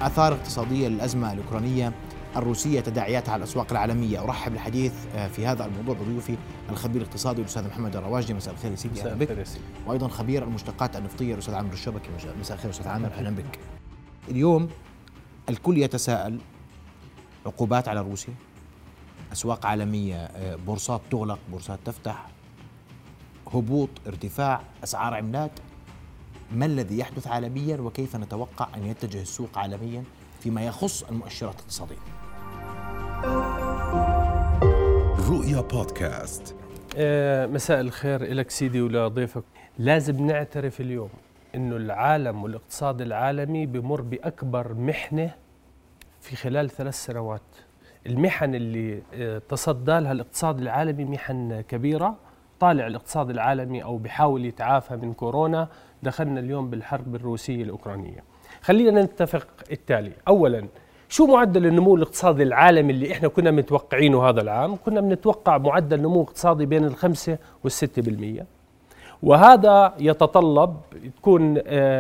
آثار اقتصادية للأزمة الأوكرانية الروسية، تداعياتها على الأسواق العالمية. أرحب بالحديث في هذا الموضوع بضيوفي الخبير الاقتصادي الأستاذ محمد الرواجي. مساء الخير يا سيدي، أهلا بك. وأيضا خبير المشتقات النفطية الأستاذ عامر الشبكي. مساء الخير أستاذ عامر، أهلا بك. اليوم الكل يتساءل: عقوبات على روسيا، أسواق عالمية، بورصات تغلق، بورصات تفتح، هبوط، ارتفاع أسعار عملات. ما الذي يحدث عالميا وكيف نتوقع أن يتجه السوق عالميا فيما يخص المؤشرات الاقتصادية؟ رؤيا بودكاست. مساء الخير لك سيدي ولضيفك. لازم نعترف اليوم إنه العالم والاقتصاد العالمي بمر بأكبر محنة في خلال 3 سنوات. المحن اللي تصدى لها الاقتصاد العالمي محن كبيرة. طالع الاقتصاد العالمي أو بحاول يتعافى من كورونا، دخلنا اليوم بالحرب الروسية الأوكرانية. خلينا نتفق التالي: أولا، شو معدل النمو الاقتصادي العالمي اللي احنا كنا متوقعينه هذا العام؟ كنا بنتوقع معدل نمو اقتصادي بين 5 و6%، وهذا يتطلب تكون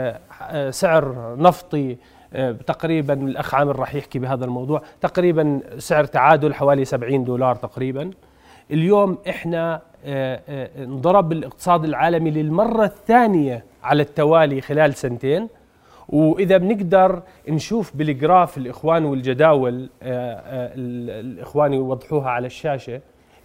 سعر نفطي تقريبا، الأخ عامر راح يحكي بهذا الموضوع، تقريبا سعر تعادل حوالي $70 تقريبا. اليوم احنا انضرب الاقتصاد العالمي للمرة الثانية على التوالي خلال 2 سنين. وإذا بنقدر نشوف بالجراف الإخوان والجداول الإخوان يوضحوها على الشاشة،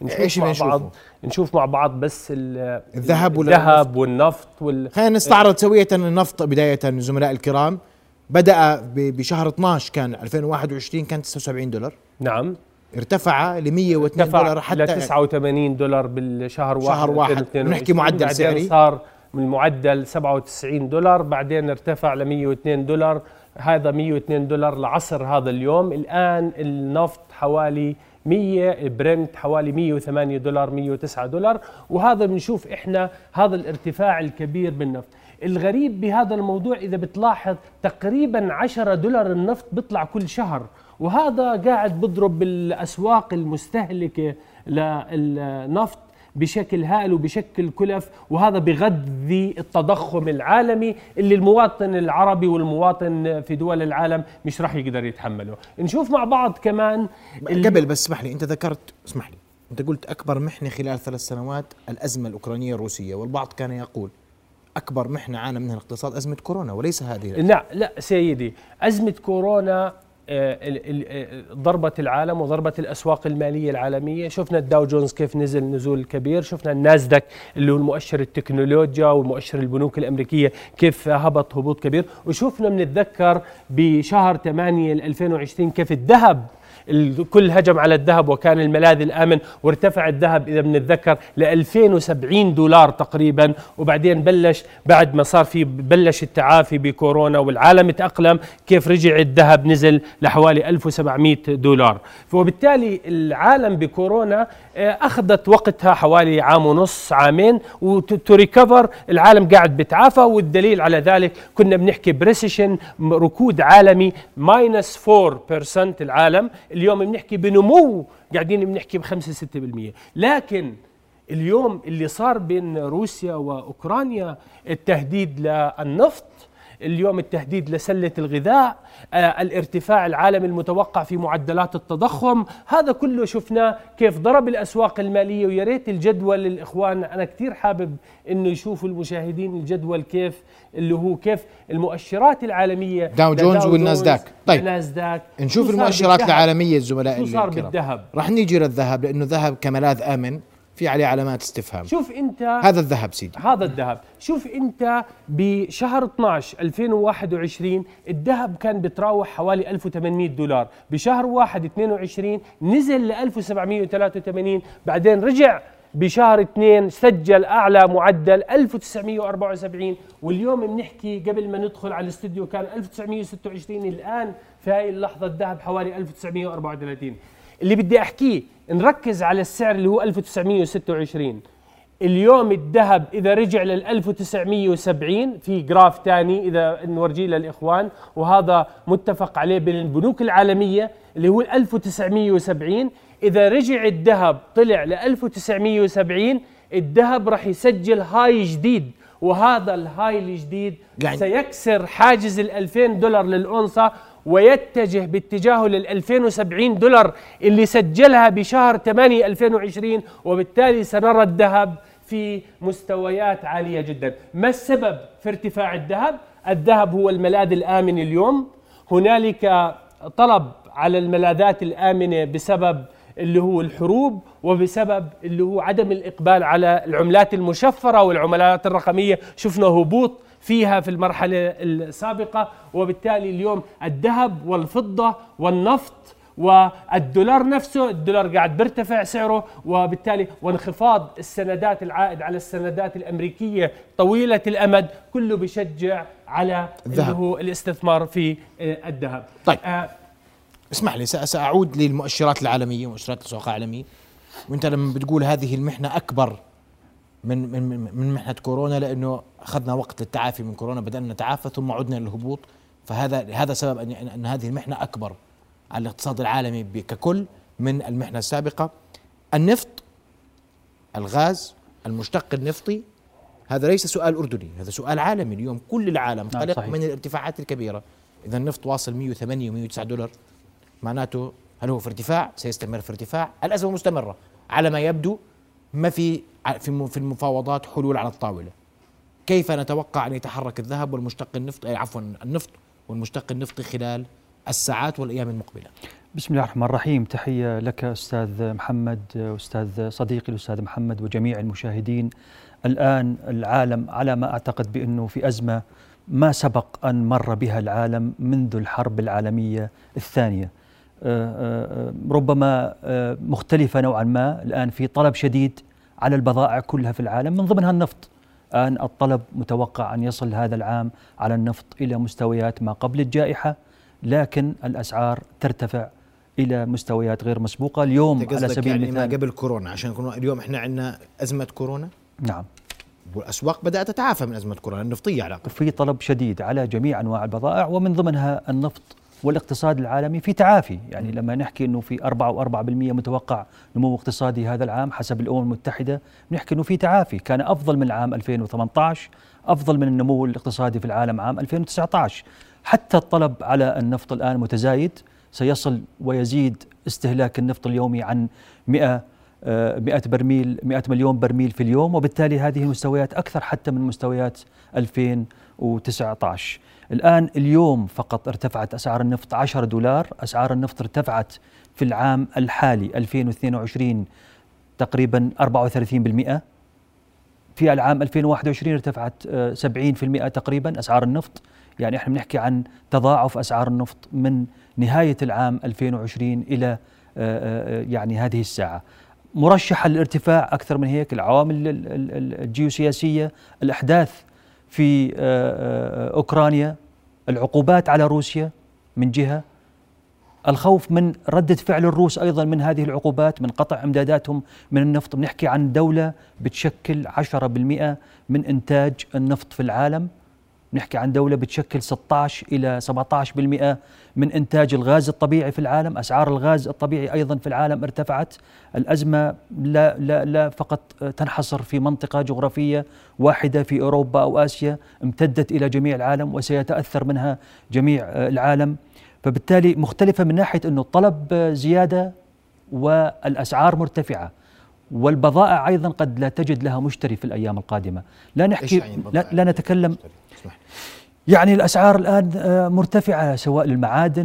نشوف مع بعض بس الذهب والنفط خلينا نستعرض سوية. النفط بداية زملاء الكرام بدأ بشهر 12 كان 2021 كان $79. نعم، ارتفع ل $102 حتى ل $89 بالشهر شهر واحد. نحكي معدل سعري صار من المعدل $97، بعدين ارتفع ل $102. هذا $102 لعصر هذا اليوم. الآن النفط حوالي 100، برنت حوالي $108 $109. وهذا بنشوف احنا هذا الارتفاع الكبير بالنفط. الغريب بهذا الموضوع إذا بتلاحظ تقريبا $10 النفط بيطلع كل شهر، وهذا قاعد بضرب بالأسواق المستهلكة للنفط بشكل هائل وبشكل كلف، وهذا بغذي التضخم العالمي اللي المواطن العربي والمواطن في دول العالم مش راح يقدر يتحمله. نشوف مع بعض كمان قبل بس اسمح لي، انت قلت أكبر محنة خلال 3 سنوات الأزمة الأوكرانية الروسية، والبعض كان يقول أكبر محنة عانى منها الاقتصاد أزمة كورونا، وليس هذه. لا سيدي، أزمة كورونا ضربت العالم وضربت الأسواق المالية العالمية. شفنا الداو جونز كيف نزول كبير، شفنا الناسداك اللي هو المؤشر التكنولوجيا والمؤشر البنوك الأمريكية كيف هبط هبوط كبير، وشفنا بنتذكر بشهر 8 2020 كيف الذهب الكل هجم على الذهب وكان الملاذ الآمن، وارتفع الذهب إذا بنتذكر ل $2070 تقريبا. وبعدين بعد ما صار في بلش التعافي بكورونا والعالم تأقلم، كيف رجع الذهب نزل لحوالي $1700. وبالتالي العالم بكورونا أخذت وقتها حوالي 1.5 2 وتريكفر. العالم قاعد بتعافى، والدليل على ذلك كنا بنحكي بريسيشن، ركود عالمي -4% العالم. اليوم بنحكي بنمو، قاعدين بنحكي ب5-6%. لكن اليوم اللي صار بين روسيا وأوكرانيا، التهديد للنفط، اليوم التهديد لسلة الغذاء، الارتفاع العالمي المتوقع في معدلات التضخم، هذا كله شفناه كيف ضرب الأسواق المالية. ويا ريت الجدول الإخوان، أنا كثير حابب إنه يشوفوا المشاهدين الجدول كيف اللي هو كيف المؤشرات العالمية، داو جونز والناسداك. طيب ناسداك. نشوف المؤشرات العالمية الزملاء اللي صار بالذهب. راح نيجي للذهب لأنه الذهب كملاذ آمن في عليه علامات استفهام. شوف انت هذا الذهب سيدي، هذا الذهب. شوف انت بشهر 12 2021 الذهب كان بتراوح حوالي $1800. بشهر 1 22 نزل ل 1783، بعدين رجع بشهر 2 سجل أعلى معدل 1974. واليوم بنحكي قبل ما ندخل على الاستوديو كان 1926. الآن في هاي اللحظة الذهب حوالي 1934. اللي بدي أحكيه نركز على السعر اللي هو 1926. اليوم الذهب إذا رجع لل 1970 في جراف تاني إذا نورجيه للإخوان، وهذا متفق عليه بين البنوك العالمية اللي هو 1970. إذا رجع الذهب طلع ل 1970 الذهب راح يسجل هاي جديد، وهذا الهاي الجديد يعني سيكسر حاجز $2000 للأونصة. ويتجه باتجاهه لل 2070 دولار اللي سجلها بشهر 8 2020، وبالتالي سنرى الذهب في مستويات عالية جدا. ما السبب في ارتفاع الذهب؟ الذهب هو الملاذ الآمن اليوم. هنالك طلب على الملاذات الآمنة بسبب اللي هو الحروب، وبسبب اللي هو عدم الإقبال على العملات المشفرة والعملات الرقمية، شفنا هبوط فيها في المرحلة السابقة. وبالتالي اليوم الذهب والفضة والنفط والدولار نفسه، الدولار قاعد بيرتفع سعره، وبالتالي وانخفاض السندات، العائد على السندات الأمريكية طويلة الأمد، كله بيشجع على اللي هو الاستثمار في الذهب. طيب اسمح لي سأعود للمؤشرات العالمية ومؤشرات الأسواق العالمية. وانت لما بتقول هذه المحنة أكبر من محنة كورونا، لأنه أخذنا وقت للتعافي من كورونا، بدأنا نتعافى ثم عدنا للهبوط، فهذا سبب أن هذه المحنة أكبر على الاقتصاد العالمي ككل من المحنة السابقة. النفط، الغاز، المشتق النفطي، هذا ليس سؤال أردني، هذا سؤال عالمي. اليوم كل العالم قلق من الارتفاعات الكبيرة. إذا النفط واصل 108 و109 دولار، معناته هل هو في ارتفاع؟ سيستمر في ارتفاع؟ الأزمة مستمرة على ما يبدو. ما في المفاوضات حلول على الطاولة. كيف نتوقع أن يتحرك الذهب والمشتق النفطي، عفوا النفط والمشتق النفطي خلال الساعات والأيام المقبلة؟ بسم الله الرحمن الرحيم. تحية لك أستاذ محمد، أستاذ صديقي الأستاذ محمد، وجميع المشاهدين. الآن العالم على ما أعتقد بأنه في أزمة ما سبق أن مر بها العالم منذ الحرب العالمية الثانية، ربما مختلفة نوعا ما. الآن في طلب شديد على البضائع كلها في العالم، من ضمنها النفط. الآن الطلب متوقع أن يصل هذا العام على النفط إلى مستويات ما قبل الجائحة، لكن الأسعار ترتفع إلى مستويات غير مسبوقة. اليوم على سبيل المثال ما قبل كورونا، عشان اليوم احنا عندنا أزمة كورونا. نعم، والأسواق بدأت تتعافى من أزمة كورونا النفطية على الأقل. في طلب شديد على جميع أنواع البضائع، ومن ضمنها النفط. والاقتصاد العالمي في تعافي، يعني لما نحكي أنه في 4.4% متوقع نمو اقتصادي هذا العام حسب الأمم المتحدة، نحكي أنه في تعافي. كان أفضل من عام 2018، أفضل من النمو الاقتصادي في العالم عام 2019. حتى الطلب على النفط الآن متزايد، سيصل ويزيد استهلاك النفط اليومي عن 100 مليون برميل في اليوم، وبالتالي هذه المستويات أكثر حتى من مستويات 2019. الآن اليوم فقط ارتفعت أسعار النفط 10 دولار. أسعار النفط ارتفعت في العام الحالي 2022 تقريبا 34%. في العام 2021 ارتفعت 70% تقريبا أسعار النفط. يعني احنا بنحكي عن تضاعف أسعار النفط من نهاية العام 2020 إلى يعني هذه الساعة. مرشحة للارتفاع أكثر من هيك العوامل الجيوسياسية، الأحداث في أوكرانيا، العقوبات على روسيا من جهة، الخوف من ردة فعل الروس أيضا من هذه العقوبات، من قطع إمداداتهم من النفط. بنحكي عن دولة بتشكل 10% من إنتاج النفط في العالم، نحكي عن دولة بتشكل 16 إلى 17% من إنتاج الغاز الطبيعي في العالم. أسعار الغاز الطبيعي أيضا في العالم ارتفعت. الأزمة لا فقط تنحصر في منطقة جغرافية واحدة في أوروبا أو آسيا، امتدت إلى جميع العالم وسيتأثر منها جميع العالم. فبالتالي مختلفة من ناحية أنه الطلب زيادة والأسعار مرتفعة، والبضائع أيضا قد لا تجد لها مشتري في الأيام القادمة. لا نحكي لا نتكلم يعني الأسعار الآن مرتفعة، سواء للمعادن،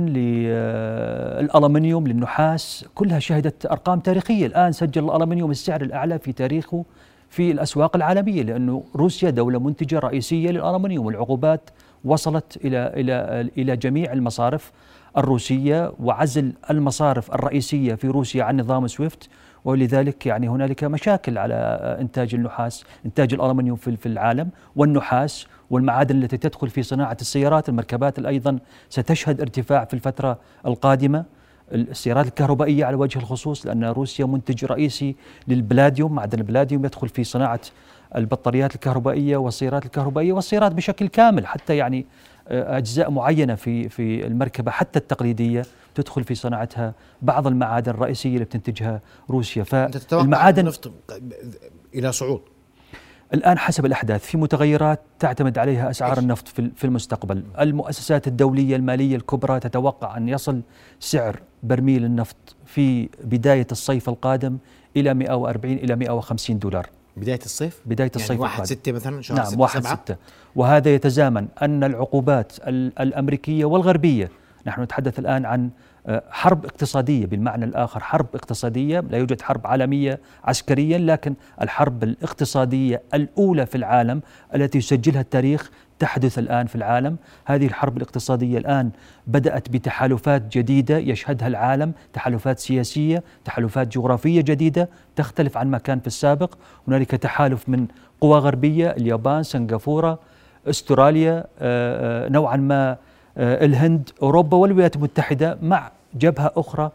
للألمنيوم، للنحاس، كلها شهدت أرقام تاريخية. الآن سجل الألمنيوم السعر الأعلى في تاريخه في الأسواق العالمية، لأنه روسيا دولة منتجة رئيسية للألمنيوم، والعقوبات وصلت إلى جميع المصارف الروسية، وعزل المصارف الرئيسية في روسيا عن نظام سويفت، ولذلك يعني هنالك مشاكل على إنتاج النحاس، إنتاج الألمنيوم في العالم، والنحاس والمعادن التي تدخل في صناعة السيارات. المركبات أيضا ستشهد ارتفاع في الفترة القادمة. السيارات الكهربائية على وجه الخصوص، لأن روسيا منتج رئيسي للبلاديوم، معدن البلاديوم يدخل في صناعة البطاريات الكهربائية والسيارات الكهربائية والسيارات بشكل كامل، حتى يعني أجزاء معينة في المركبة حتى التقليدية تدخل في صناعتها بعض المعادن الرئيسية اللي بتنتجها روسيا. فالمعادن النفط إلى صعود، الآن حسب الأحداث في متغيرات تعتمد عليها أسعار النفط في المستقبل. المؤسسات الدولية المالية الكبرى تتوقع أن يصل سعر برميل النفط في بداية الصيف القادم إلى 140 إلى 150 دولار. بداية الصيف؟ بداية الصيف يعني 1/6 مثلا، شهر نعم 1/6. وهذا يتزامن أن العقوبات الأمريكية والغربية، نحن نتحدث الآن عن حرب اقتصادية بالمعنى الآخر، حرب اقتصادية، لا يوجد حرب عالمية عسكريا، لكن الحرب الاقتصادية الأولى في العالم التي يسجلها التاريخ تحدث الآن في العالم. هذه الحرب الاقتصادية الآن بدأت بتحالفات جديدة يشهدها العالم، تحالفات سياسية، تحالفات جغرافية جديدة تختلف عن ما كان في السابق. هنالك تحالف من قوى غربية، اليابان، سنغافورة، استراليا، نوعا ما الهند، أوروبا والولايات المتحدة، مع جبهة أخرى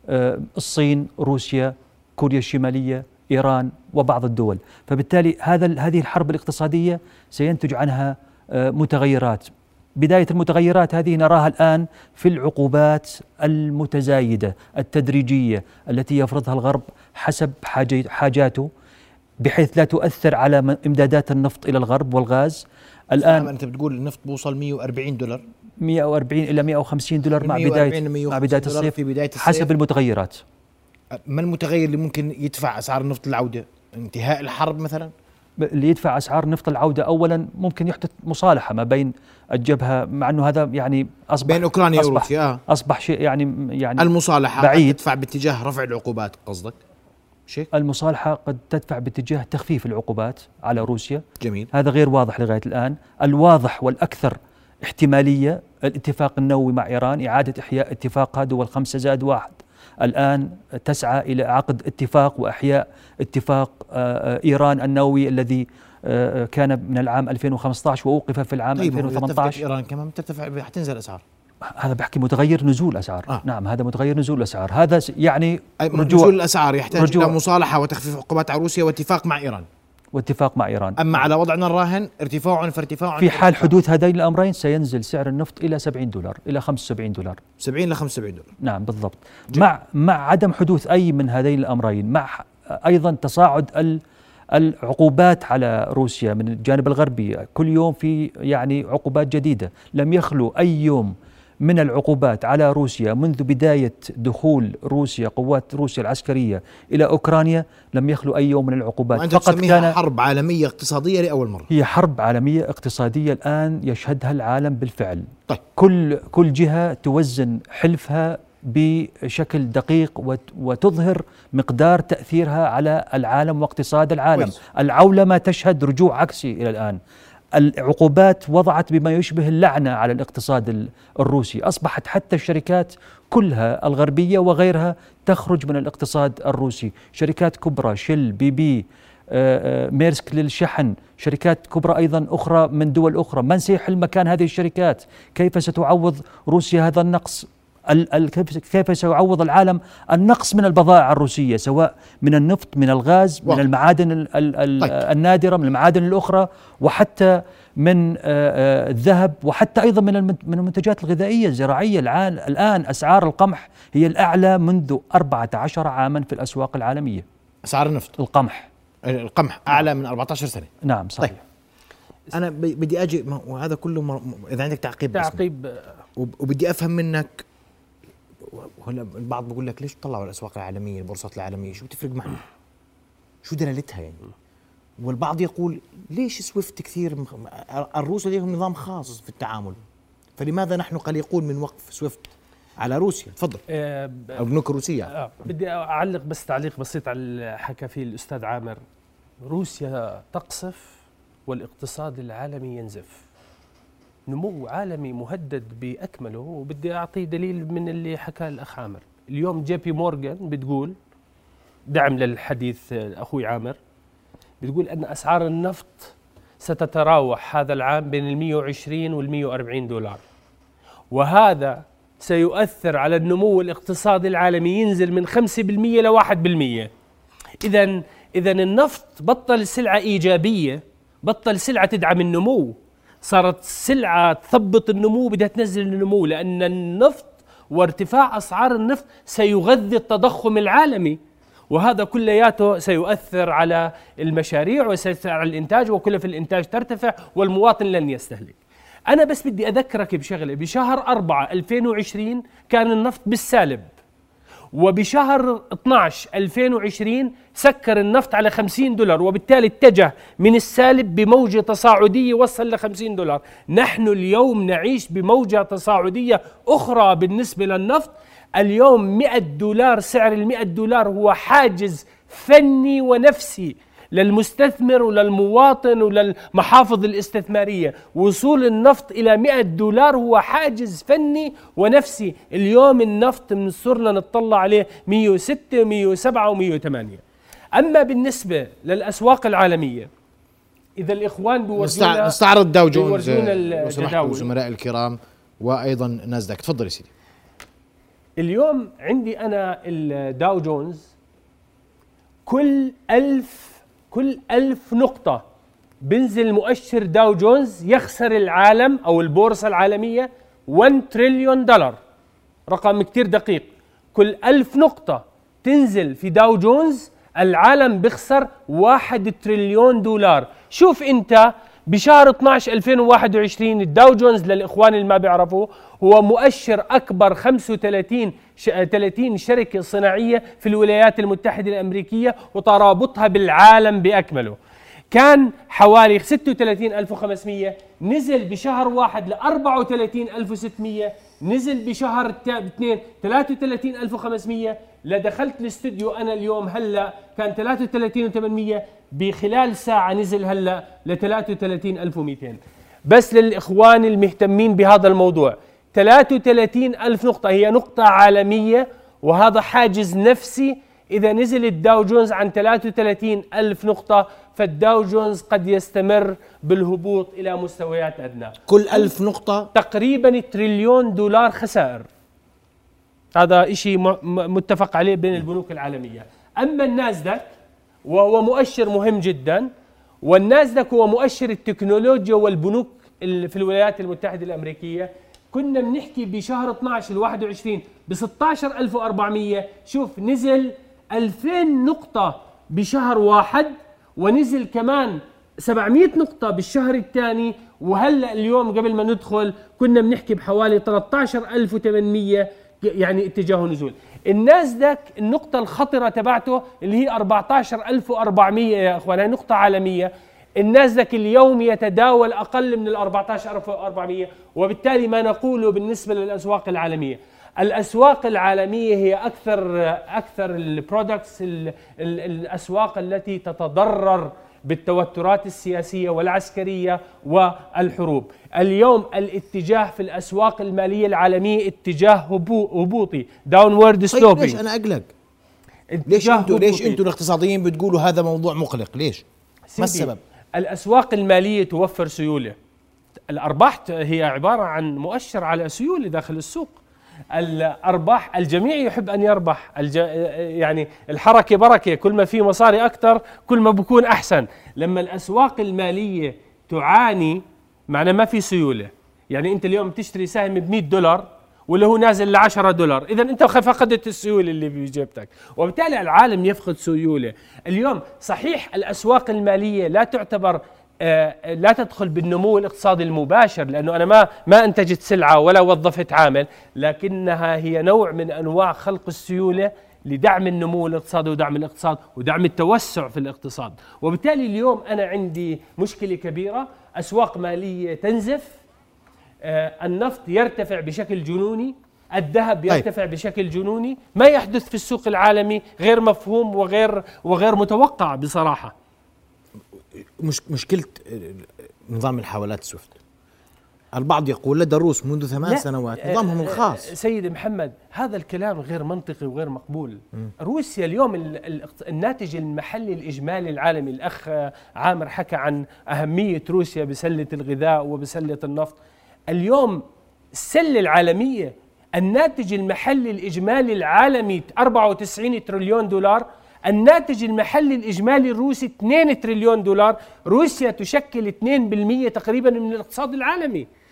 الصين، روسيا، كوريا الشمالية، إيران وبعض الدول. فبالتالي هذه الحرب الاقتصادية سينتج عنها متغيرات. بداية المتغيرات هذه نراها الآن في العقوبات المتزايدة التدريجية التي يفرضها الغرب حسب حاجاته، بحيث لا تؤثر على إمدادات النفط إلى الغرب والغاز. الآن أنت بتقول النفط بوصل 140 دولار، 140 إلى 150 دولار مع بداية الصيف في بداية الصيف حسب المتغيرات. ما المتغير اللي ممكن يدفع أسعار النفط العودة؟ انتهاء الحرب مثلا؟ اللي يدفع أسعار نفط العودة أولا ممكن يحدث مصالحة ما بين الجبهة، مع أنه هذا يعني أصبح بين أوكرانيا وروسيا أصبح شيء يعني المصالحة بعيد. تدفع باتجاه رفع العقوبات قصدك؟ شيء المصالحة قد تدفع باتجاه تخفيف العقوبات على روسيا. جميل. هذا غير واضح لغاية الآن. الواضح والأكثر احتمالية الاتفاق النووي مع إيران، إعادة إحياء اتفاقها دول 5+1. الآن تسعى إلى عقد اتفاق وإحياء اتفاق إيران النووي الذي كان من العام 2015 وأوقف في العام 2018. إيران كمان ترتفع، حتنزل أسعار. هذا بحكي متغير نزول أسعار. نعم هذا متغير نزول أسعار. هذا يعني رجوع نزول الأسعار يحتاج إلى مصالحة وتخفيف عقوبات على روسيا واتفاق مع إيران. أما على وضعنا الراهن ارتفاع في حال حدوث هذين الأمرين سينزل سعر النفط إلى 70 دولار إلى 75 دولار. 70 إلى 75 دولار. نعم بالضبط. مع عدم حدوث أي من هذين الأمرين، مع أيضا تصاعد العقوبات على روسيا من الجانب الغربي. كل يوم في يعني عقوبات جديدة. لم يخلو أي يوم من العقوبات على روسيا منذ بداية دخول روسيا، قوات روسيا العسكرية إلى أوكرانيا، لم يخلو أي يوم من العقوبات. وأنت تسميها حرب عالمية اقتصادية لأول مرة. هي حرب عالمية اقتصادية الآن يشهدها العالم بالفعل. طيب. كل جهة توزن حلفها بشكل دقيق وتظهر مقدار تأثيرها على العالم واقتصاد العالم. العولمة تشهد رجوع عكسي إلى الآن. العقوبات وضعت بما يشبه اللعنة على الاقتصاد الروسي. أصبحت حتى الشركات كلها الغربية وغيرها تخرج من الاقتصاد الروسي. شركات كبرى، شل، بي ميرسك للشحن، شركات كبرى أيضا أخرى من دول أخرى. من سيحل مكان هذه الشركات؟ كيف ستعوض روسيا هذا النقص؟ كيف سيعوض العالم النقص من البضائع الروسية، سواء من النفط، من الغاز، من المعادن النادرة، من المعادن الأخرى، وحتى من الذهب، وحتى أيضا من المنتجات الغذائية الزراعية. الآن أسعار القمح هي الأعلى منذ 14 عاما في الأسواق العالمية. أسعار النفط، القمح أعلى من 14 سنة. نعم صحيح. طيب. أنا بدي أجي، وهذا كله إذا عندك تعقيب وبدي أفهم منك. هلا البعض بيقول لك ليش طلعوا الأسواق العالمية، البورصات العالمية، شو بتفرق معنا؟ شو دلالتها يعني؟ والبعض يقول ليش سويفت كثير الروس لديهم نظام خاص في التعامل، فلماذا نحن قلقون من وقف سويفت على روسيا؟ تفضل. أو بنوك روسيا. بدي أعلق بس تعليق بسيط على اللي حكى فيه الأستاذ عامر. روسيا تقصف والاقتصاد العالمي ينزف، نمو عالمي مهدد بأكمله. وبدي أعطي دليل من اللي حكى الأخ عامر. اليوم جي بي مورغان بتقول، دعم للحديث أخوي عامر، بتقول أن أسعار النفط ستتراوح هذا العام بين 120 وال140 دولار، وهذا سيؤثر على النمو الاقتصادي العالمي، ينزل من 5% ل 1%. إذن النفط بطل سلعة إيجابية، بطل سلعة تدعم النمو، صارت سلعة تثبط النمو، بدها تنزل النمو، لأن النفط وارتفاع أسعار النفط سيغذي التضخم العالمي. وهذا كلياته سيؤثر على المشاريع وسيؤثر على الإنتاج، وكلفة الإنتاج ترتفع والمواطن لن يستهلك. أنا بس بدي أذكرك بشغلة، بشهر 4/2020 كان النفط بالسالب، وبشهر 12/2020 سكر النفط على $50، وبالتالي اتجه من السالب بموجة تصاعدية وصل ل $50. نحن اليوم نعيش بموجة تصاعدية أخرى بالنسبة للنفط. اليوم $100، سعر $100 هو حاجز فني ونفسي للمستثمر وللمواطن وللمحافظ الاستثمارية. وصول النفط إلى $100 هو حاجز فني ونفسي. اليوم النفط من صرنا نطلع عليه 106 107 و108. أما بالنسبة للأسواق العالمية، إذا الإخوان بيورجونا نستعرض داو جونز الجداول زملاء الكرام وأيضا ناسداك. تفضل يا سيدي. اليوم عندي أنا الداو جونز كل 1000 نقطة بنزل مؤشر داو جونز يخسر العالم أو البورصة العالمية $1 تريليون. رقم كتير دقيق. كل 1000 نقطة تنزل في داو جونز العالم بيخسر $1 تريليون. شوف أنت بشهر 12/2021 الداو جونز للإخوان اللي ما بيعرفوه هو مؤشر أكبر 30 شركة صناعية في الولايات المتحدة الأمريكية وترابطها بالعالم بأكمله. كان حوالي 36,500، نزل بشهر واحد ل 34,600، نزل بشهر 2 33,500. لدخلت الاستوديو أنا اليوم هلأ كان 33,800، بخلال ساعة نزل هلأ ل 33,200. بس للإخوان المهتمين بهذا الموضوع، 33,000 نقطة هي نقطة عالمية، وهذا حاجز نفسي. إذا نزل الداو جونز عن 33,000 نقطة فالداو جونز قد يستمر بالهبوط إلى مستويات أدنى. كل 1000 نقطة تقريبا $1 تريليون خسائر. هذا إشي متفق عليه بين البنوك العالمية. أما الناسداك وهو مؤشر مهم جدا، والناسداك هو مؤشر التكنولوجيا والبنوك في الولايات المتحدة الأمريكية. كنا بنحكي بشهر 12/21 ب 16,400. شوف نزل 2000 نقطة بشهر واحد، ونزل كمان 700 نقطة بالشهر الثاني، وهلأ اليوم قبل ما ندخل كنا بنحكي بحوالي 13,800 يعني اتجاه نزول. الناسداك النقطة الخطرة تبعته اللي هي 14,400 يا اخوان، هي نقطة عالمية. الناسداك اليوم يتداول اقل من 14,400، وبالتالي ما نقوله بالنسبة للاسواق العالمية، الاسواق العالمية هي اكثر البرودكتس الاسواق التي تتضرر بالتوترات السياسية والعسكرية والحروب. اليوم الاتجاه في الأسواق المالية العالمية اتجاه هبوطي، داونورد سلوبينج. ليش أنا أقلق؟ ليش أنتوا الاقتصاديين بتقولوا هذا موضوع مقلق؟ ليش؟ ما السبب؟ الأسواق المالية توفر سيولة. الأرباح هي عبارة عن مؤشر على سيولة داخل السوق. الأرباح، الجميع يحب أن يربح، يعني الحركة بركة، كل ما في مصاري أكثر كل ما بكون أحسن. لما الأسواق المالية تعاني معناه ما في سيولة. يعني أنت اليوم تشتري سهم $100 واللي هو نازل ل$10، إذا أنت فقدت السيولة اللي بجيبتك، وبالتالي العالم يفقد سيولة. اليوم صحيح الأسواق المالية لا تعتبر لا تدخل بالنمو الاقتصادي المباشر، لأنه أنا ما أنتجت سلعة ولا وظفت عامل، لكنها هي نوع من أنواع خلق السيولة لدعم النمو الاقتصادي ودعم الاقتصاد ودعم التوسع في الاقتصاد. وبالتالي اليوم أنا عندي مشكلة كبيرة، أسواق مالية تنزف، النفط يرتفع بشكل جنوني، الذهب يرتفع بشكل جنوني، ما يحدث في السوق العالمي غير مفهوم وغير متوقع بصراحة. مشكلة نظام الحوالات سويفت، البعض يقول لدى الروس منذ 8 سنوات نظامهم الخاص. سيدي محمد، هذا الكلام غير منطقي وغير مقبول. روسيا اليوم الناتج المحلي الإجمالي العالمي، الأخ عامر حكى عن أهمية روسيا بسلة الغذاء وبسلة النفط. اليوم السلة العالمية الناتج المحلي الإجمالي العالمي $94 تريليون، الناتج المحلي الإجمالي الروسي $2 تريليون. روسيا تشكل 2% تقريبا من الاقتصاد العالمي،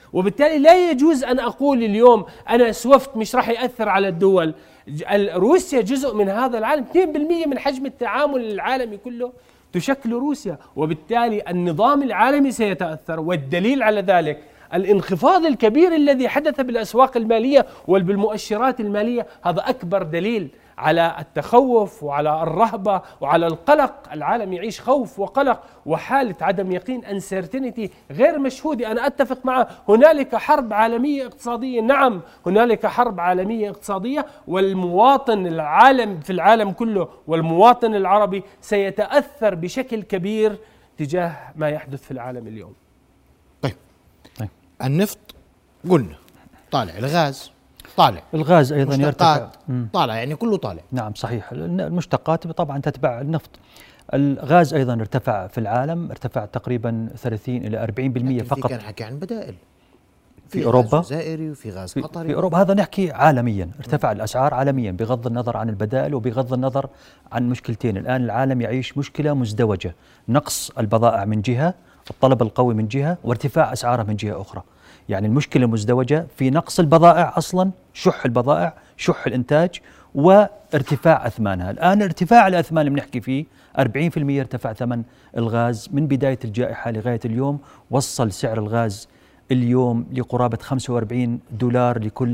وبالتالي لا يجوز أن أقول اليوم أنا سويفت مش راح يأثر على الدول. روسيا جزء من هذا العالم، 2% من حجم التعامل العالمي كله تشكل روسيا، وبالتالي النظام العالمي سيتأثر. والدليل على ذلك الانخفاض الكبير الذي حدث بالأسواق المالية وبالمؤشرات المالية، هذا أكبر دليل على التخوف وعلى الرهبة وعلى القلق. العالم يعيش خوف وقلق وحالة عدم يقين، uncertainty غير مشهودة. أنا أتفق معه، هنالك حرب عالمية اقتصادية، نعم هنالك حرب عالمية اقتصادية، والمواطن العالم في العالم كله والمواطن العربي سيتأثر بشكل كبير تجاه ما يحدث في العالم اليوم. طيب النفط قلنا طالع، الغاز طالع، الغاز أيضا يرتفع، طالع، يعني كله طالع. نعم صحيح، المشتقات طبعا تتبع النفط. الغاز أيضا ارتفع في العالم، ارتفع تقريبا 30 إلى 40% فقط. كان حكي عن بدائل في أوروبا، غاز جزائري وفي غاز قطري في أوروبا، هذا نحكي عالميا، ارتفع الأسعار عالميا بغض النظر عن البدائل وبغض النظر عن مشكلتين. الآن العالم يعيش مشكلة مزدوجة، نقص البضائع من جهة، الطلب القوي من جهة، وارتفاع أسعارها من جهة أخرى. يعني المشكلة المزدوجة في نقص البضائع أصلا، شح البضائع، شح الإنتاج، وارتفاع أثمانها. الآن ارتفاع الأثمان اللي بنحكي فيه 40% ارتفع ثمن الغاز من بداية الجائحة لغاية اليوم. وصل سعر الغاز اليوم لقرابة 45 دولار لكل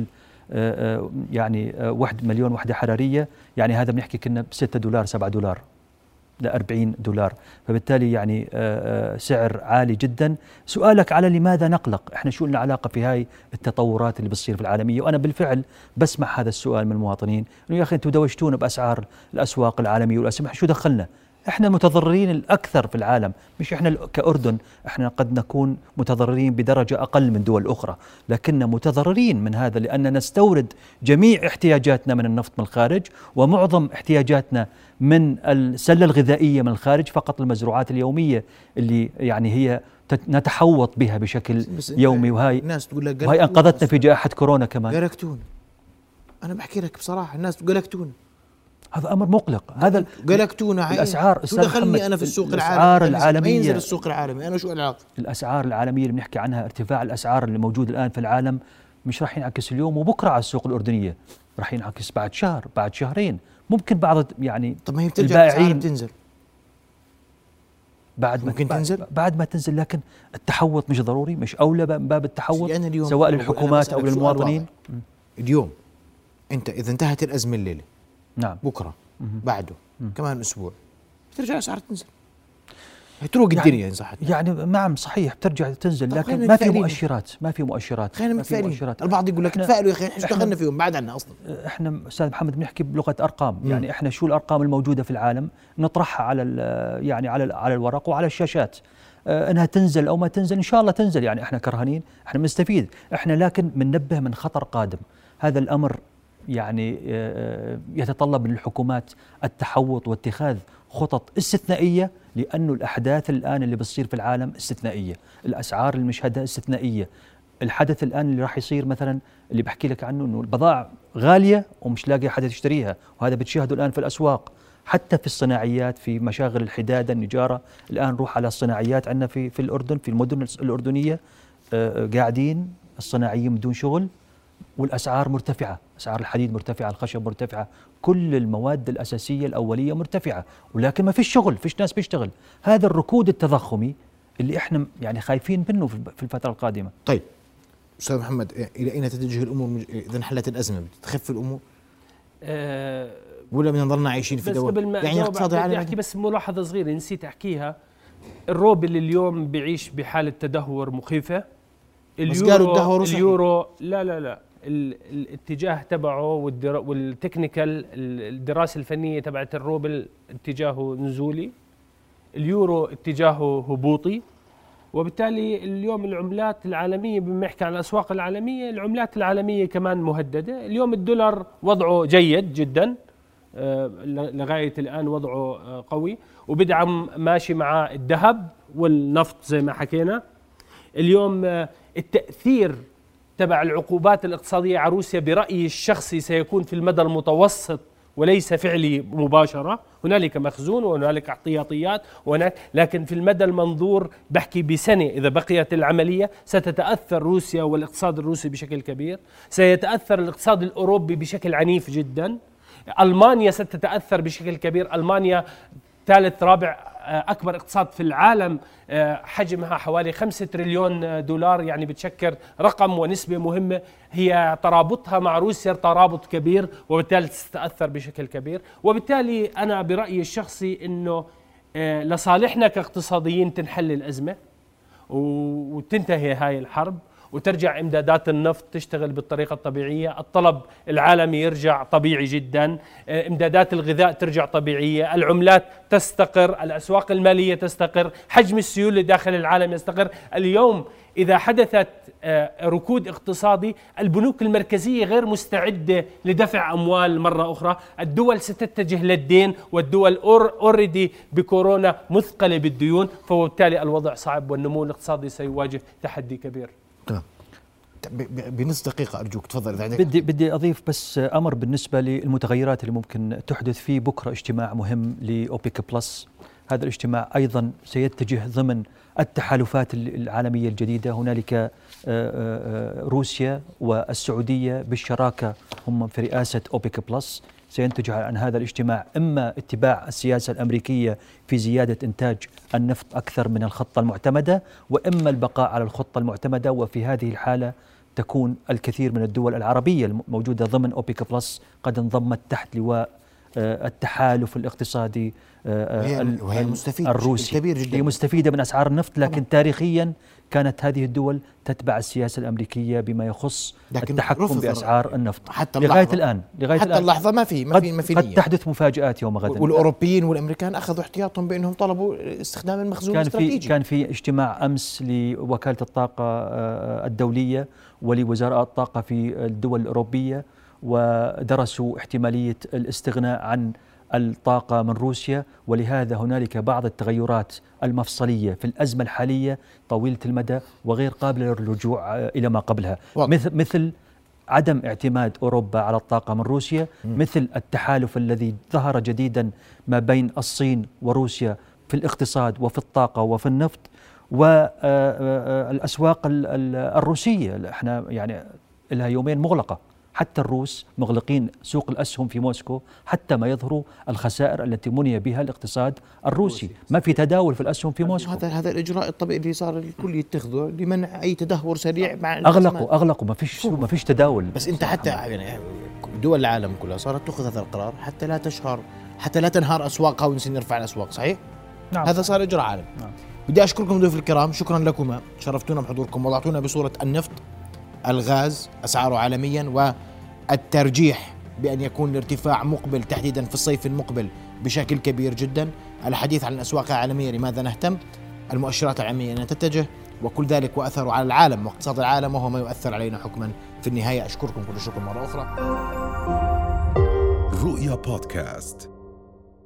يعني 1 مليون وحدة حرارية. يعني هذا بنحكي كنا ب6 دولار 7 دولار ل 40 دولار، فبالتالي يعني سعر عالي جدا. سؤالك على لماذا نقلق، احنا شو لنا علاقة في هاي التطورات اللي بتصير في العالمية؟ وأنا بالفعل بسمع هذا السؤال من المواطنين، إنه يا أخي أنتم دوشتونا بأسعار الأسواق العالمية والأسمح، شو دخلنا؟ احنا المتضررين الأكثر في العالم، مش احنا كأردن، احنا قد نكون متضررين بدرجة أقل من دول أخرى، لكننا متضررين من هذا لأننا نستورد جميع احتياجاتنا من النفط من الخارج، ومعظم احتياجاتنا من السلة الغذائية من الخارج، فقط المزروعات اليومية اللي يعني هي نتحوط بها بشكل يومي. وهي الناس تقول لك وهي أنقذتنا في جائحة كورونا كمان. قلقتونا، أنا بحكي لك بصراحة، الناس قلقتونا، هذا أمر مقلق. هذا قلقتونا. الأسعار، شو دخلني أنا في السوق العالمي؟ ما ينزل السوق العالمي، أنا شو العلاقة؟ الأسعار العالمية اللي بنحكي عنها، ارتفاع الأسعار اللي موجود الآن في العالم مش راح ينعكس اليوم وبكرة على السوق الأردنية، راح ينعكس بعد شهر، بعد شهرين، ممكن بعض يعني. طب ما هي بترجع البائعين تنزل بعد ما ممكن تنزل، بعد ما تنزل، لكن التحوط مش ضروري، مش أولى من باب التحوط يعني سواء للحكومات أو للمواطنين؟ اليوم أنت إذا انتهت الأزمة الليلة، نعم، بكرة بعده كمان أسبوع بترجع الأسعار تنزل، هتروق الدنيا إن صحت. يعني نعم صحيح بترجع تنزل، لكن ما في مؤشرات، ما في مؤشرات. خلينا متفائلين. البعض يقول لك تفائلوا يا أخي، احنا دخلنا فيهم بعد عنا أصلا. احنا أستاذ محمد بنحكي بلغة أرقام، يعني احنا شو الأرقام الموجودة في العالم نطرحها على يعني على الورق وعلى الشاشات. انها تنزل او ما تنزل، ان شاء الله تنزل، يعني احنا كرهانين، احنا بنستفيد احنا، لكن بننبه من خطر قادم. هذا الأمر يعني يتطلب من الحكومات التحوط واتخاذ خطط استثنائية، لأنه الأحداث الآن اللي بتصير في العالم استثنائية، الأسعار المشهدة استثنائية. الحدث الآن اللي راح يصير مثلا اللي بحكي لك عنه، أنه البضائع غالية ومش لاقي حدا يشتريها، وهذا بتشاهده الآن في الأسواق، حتى في الصناعيات، في مشاغل الحدادة النجارة. الآن نروح على الصناعيات عندنا في الأردن، في المدن الأردنية قاعدين الصناعيين بدون شغل، والأسعار مرتفعة، أسعار الحديد مرتفعة، الخشب مرتفعة، كل المواد الأساسية الأولية مرتفعة، ولكن ما فيش شغل، فيش ناس بيشتغل. هذا الركود التضخمي اللي احنا يعني خايفين منه في الفترة القادمة. طيب أستاذ محمد، إلى أين تتجه الأمور إذا انحلت الأزمة؟ بتخف الأمور ولا بنضلنا عايشين في دوام؟ يعني اقتصاد العالم. أحكي بس ملاحظة صغيرة نسيت أحكيها، الروبل اليوم بيعيش بحالة تدهور مخيفة. اليورو لا الاتجاه تبعه والتكنيكال، الدراسة الفنية تبعت الروبل اتجاهه نزولي، اليورو اتجاهه هبوطي، وبالتالي اليوم العملات العالمية، بما يحكي عن الأسواق العالمية، العملات العالمية كمان مهددة. اليوم الدولار وضعه جيد جدا لغاية الآن، وضعه قوي وبدعم ماشي مع الذهب والنفط زي ما حكينا. اليوم التأثير تبع العقوبات الاقتصادية على روسيا برأيي الشخصي سيكون في المدى المتوسط وليس فعلي مباشرة، هنالك مخزون وهنالك احتياطيات لكن في المدى المنظور بحكي بسنة إذا بقيت العملية ستتأثر روسيا والاقتصاد الروسي بشكل كبير، سيتأثر الاقتصاد الأوروبي بشكل عنيف جدا، ألمانيا ستتأثر بشكل كبير. ألمانيا ثالث رابع أكبر اقتصاد في العالم، حجمها حوالي 5 تريليون دولار، يعني بتشكل رقم ونسبة مهمة. هي ترابطها مع روسيا ترابط كبير وبالتالي تتأثر بشكل كبير. وبالتالي أنا برأيي الشخصي أنه لصالحنا كاقتصاديين تنحل الأزمة وتنتهي هاي الحرب وترجع إمدادات النفط تشتغل بالطريقة الطبيعية، الطلب العالمي يرجع طبيعي جدا، إمدادات الغذاء ترجع طبيعية، العملات تستقر، الأسواق المالية تستقر، حجم السيولة داخل العالم يستقر. اليوم إذا حدثت ركود اقتصادي البنوك المركزية غير مستعدة لدفع أموال مرة أخرى، الدول ستتجه للدين والدول أوريدي بكورونا مثقلة بالديون، فبالتالي الوضع صعب والنمو الاقتصادي سيواجه تحدي كبير. بنص دقيقة أرجوك تفضل. بدي أضيف بس أمر بالنسبة للمتغيرات اللي ممكن تحدث فيه. بكرة اجتماع مهم لأوبيك بلس، هذا الاجتماع أيضا سيتجه ضمن التحالفات العالمية الجديدة. هنالك روسيا والسعودية بالشراكة هم في رئاسة أوبيك بلس، سينتج عن هذا الاجتماع إما اتباع السياسة الأمريكية في زيادة إنتاج النفط أكثر من الخطة المعتمدة، وإما البقاء على الخطة المعتمدة. وفي هذه الحالة تكون الكثير من الدول العربية الموجودة ضمن أوبيك بلس قد انضمت تحت لواء التحالف الاقتصادي الروسي. هي مستفيدة من أسعار النفط، لكن تاريخيا كانت هذه الدول تتبع السياسة الأمريكية بما يخص التحكم بأسعار النفط حتى لغاية الآن. حتى اللحظة ما في قد تحدث مفاجآت يوم غد. والأوروبيين والأمريكان أخذوا احتياطهم بأنهم طلبوا استخدام المخزون الاستراتيجي. كان في اجتماع أمس لوكالة الطاقة الدولية ولوزراء الطاقة في الدول الأوروبية، ودرسوا احتمالية الاستغناء عن الطاقة من روسيا، ولهذا هنالك بعض التغيرات المفصلية في الأزمة الحالية طويلة المدى وغير قابلة للرجوع إلى ما قبلها، مثل عدم اعتماد أوروبا على الطاقة من روسيا، مثل التحالف الذي ظهر جديدا ما بين الصين وروسيا في الاقتصاد وفي الطاقة وفي النفط، والأسواق الروسية احنا يعني لها يومين مغلقة، حتى الروس مغلقين سوق الأسهم في موسكو حتى ما يظهروا الخسائر التي مني بها الاقتصاد الروسي. ما في تداول في الأسهم في موسكو. هذا الإجراء الطبيعي اللي صار الكل يتخذه لمنع أي تدهور سريع مع أغلقوا ما فيش تداول. بس أنت حتى يعني دول العالم كلها صارت تأخذ هذا القرار حتى لا تنهار أسواقها ونصير نرفع الأسواق، صحيح؟ نعم. هذا صار إجراء عالمي. نعم. بدي أشكركم ضيوف الكرام، شكرا لكم، شرفتونا بحضوركم، وضعتونا بصورة النفط، الغاز أسعاره عالميا، والترجيح بأن يكون الارتفاع مقبل تحديدا في الصيف المقبل بشكل كبير جدا، الحديث عن الأسواق العالمية لماذا نهتم، المؤشرات العالمية أن تتجه، وكل ذلك وأثره على العالم واقتصاد العالم وهو ما يؤثر علينا حكما في النهاية. أشكركم كل الشكر مرة أخرى. رؤيا بودكاست.